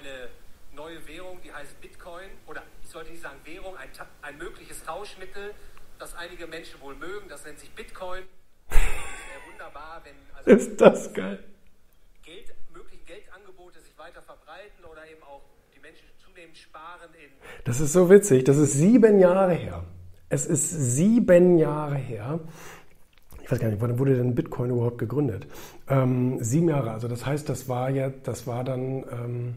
eine neue Währung, die heißt Bitcoin, oder ich sollte nicht sagen Währung, ein mögliches Tauschmittel, das einige Menschen wohl mögen, das nennt sich Bitcoin. Das wäre wunderbar, wenn also ist das geil. mögliche Geldangebote sich weiter verbreiten oder eben auch die Menschen zunehmend sparen in... Das ist so witzig, das ist 7 Jahre her. Es ist 7 Jahre her. Ich weiß gar nicht, wann wurde denn Bitcoin überhaupt gegründet? 7 Jahre, also das heißt, das war dann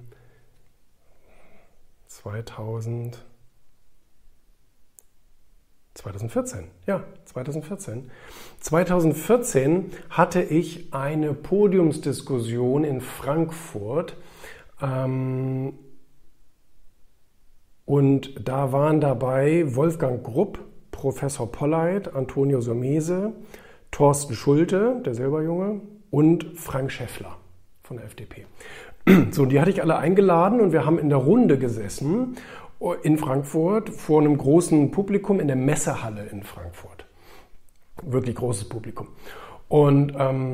2014. Ja, 2014. 2014 hatte ich eine Podiumsdiskussion in Frankfurt und da waren dabei Wolfgang Grupp, Professor Polleit, Antonio Sormese, Thorsten Schulte, der selber Junge, und Frank Schäffler von der FDP. So, und die hatte ich alle eingeladen und wir haben in der Runde gesessen in Frankfurt vor einem großen Publikum in der Messehalle in Frankfurt. Wirklich großes Publikum. Und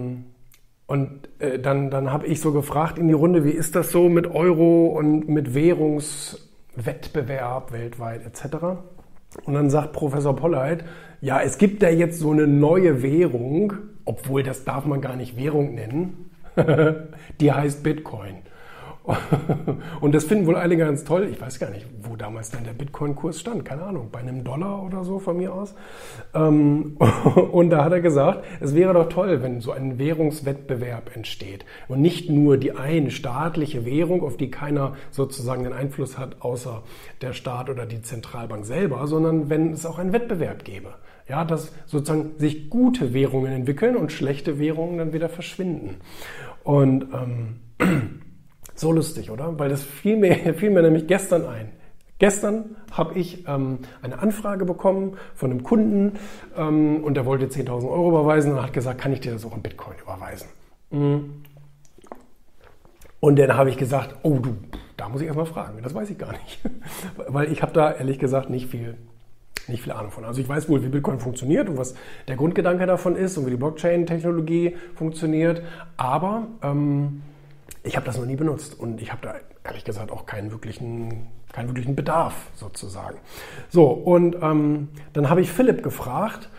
dann habe ich so gefragt in die Runde, wie ist das so mit Euro und mit Währungswettbewerb weltweit etc. Und dann sagt Professor Polleit, ja, es gibt da jetzt so eine neue Währung, obwohl das darf man gar nicht Währung nennen, die heißt Bitcoin. Und das finden wohl alle ganz toll. Ich weiß gar nicht, wo damals dann der Bitcoin-Kurs stand. Keine Ahnung, bei einem Dollar oder so von mir aus. Und da hat er gesagt, es wäre doch toll, wenn so ein Währungswettbewerb entsteht. Und nicht nur die eine staatliche Währung, auf die keiner sozusagen den Einfluss hat, außer der Staat oder die Zentralbank selber, sondern wenn es auch einen Wettbewerb gäbe. Ja, dass sozusagen sich gute Währungen entwickeln und schlechte Währungen dann wieder verschwinden. Und so lustig, oder? Weil das fiel mir nämlich gestern ein. Gestern habe ich eine Anfrage bekommen von einem Kunden und der wollte 10.000 Euro überweisen und hat gesagt, kann ich dir das auch in Bitcoin überweisen? Und dann habe ich gesagt, oh du, da muss ich erstmal fragen, das weiß ich gar nicht. Weil ich habe da ehrlich gesagt nicht viel Ahnung von. Also ich weiß wohl, wie Bitcoin funktioniert und was der Grundgedanke davon ist und wie die Blockchain-Technologie funktioniert, aber ich habe das noch nie benutzt und ich habe da ehrlich gesagt auch keinen wirklichen Bedarf sozusagen. So, und dann habe ich Philipp gefragt,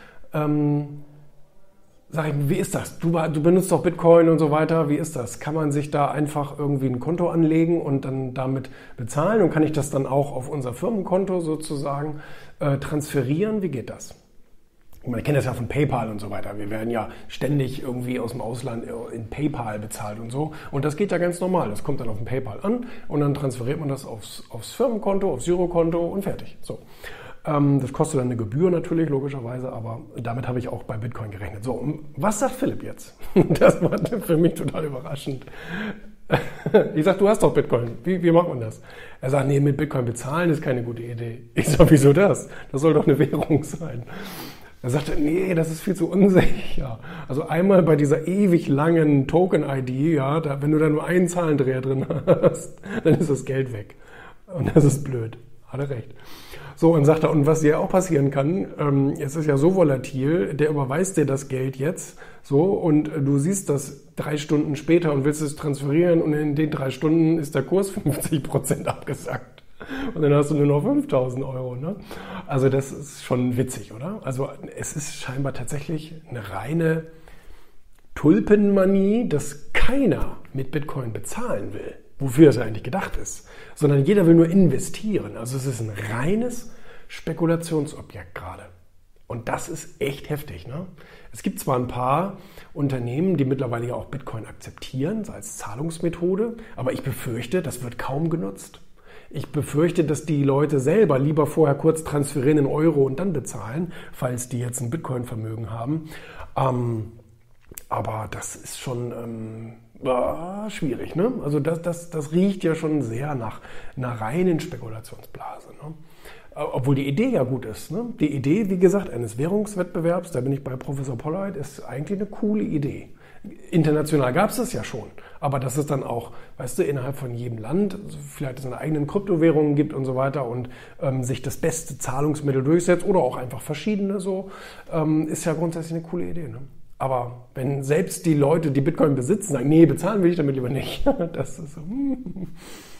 sag ich, wie ist das? Du benutzt doch Bitcoin und so weiter, wie ist das? Kann man sich da einfach irgendwie ein Konto anlegen und dann damit bezahlen und kann ich das dann auch auf unser Firmenkonto sozusagen transferieren? Wie geht das? Ich meine, ich kenne das ja von PayPal und so weiter. Wir werden ja ständig irgendwie aus dem Ausland in PayPal bezahlt und so. Und das geht ja ganz normal. Das kommt dann auf dem PayPal an und dann transferiert man das aufs Firmenkonto, aufs Girokonto und fertig. So. Das kostet dann eine Gebühr natürlich, logischerweise, aber damit habe ich auch bei Bitcoin gerechnet. So, und was sagt Philipp jetzt? Das war für mich total überraschend. Ich sage, du hast doch Bitcoin. Wie macht man das? Er sagt, nee, mit Bitcoin bezahlen ist keine gute Idee. Ich sage, wieso das? Das soll doch eine Währung sein. Er sagte, nee, das ist viel zu unsicher. Also einmal bei dieser ewig langen Token-ID, ja, wenn du da nur einen Zahlendreher drin hast, dann ist das Geld weg. Und das ist blöd. Hat er recht. So, und sagt er, und was dir auch passieren kann, es ist ja so volatil, der überweist dir das Geld jetzt, so, und du siehst das 3 Stunden später und willst es transferieren und in den 3 Stunden ist der Kurs 50% abgesackt. Und dann hast du nur noch 5.000 Euro. Ne? Also das ist schon witzig, oder? Also es ist scheinbar tatsächlich eine reine Tulpenmanie, dass keiner mit Bitcoin bezahlen will, wofür es eigentlich gedacht ist, sondern jeder will nur investieren. Also es ist ein reines Spekulationsobjekt gerade. Und das ist echt heftig. Ne? Es gibt zwar ein paar Unternehmen, die mittlerweile ja auch Bitcoin akzeptieren als Zahlungsmethode, aber ich befürchte, das wird kaum genutzt. Ich befürchte, dass die Leute selber lieber vorher kurz transferieren in Euro und dann bezahlen, falls die jetzt ein Bitcoin-Vermögen haben. Aber das ist schon schwierig. Ne? Also das riecht ja schon sehr nach einer reinen Spekulationsblase. Ne? Obwohl die Idee ja gut ist. Ne? Die Idee, wie gesagt, eines Währungswettbewerbs, da bin ich bei Professor Polleit, ist eigentlich eine coole Idee. International gab es das ja schon, aber dass es dann auch, weißt du, innerhalb von jedem Land vielleicht seine eigenen Kryptowährungen gibt und so weiter und sich das beste Zahlungsmittel durchsetzt oder auch einfach verschiedene so, ist ja grundsätzlich eine coole Idee. Ne? Aber wenn selbst die Leute, die Bitcoin besitzen, sagen, nee, bezahlen will ich damit lieber nicht, das ist so,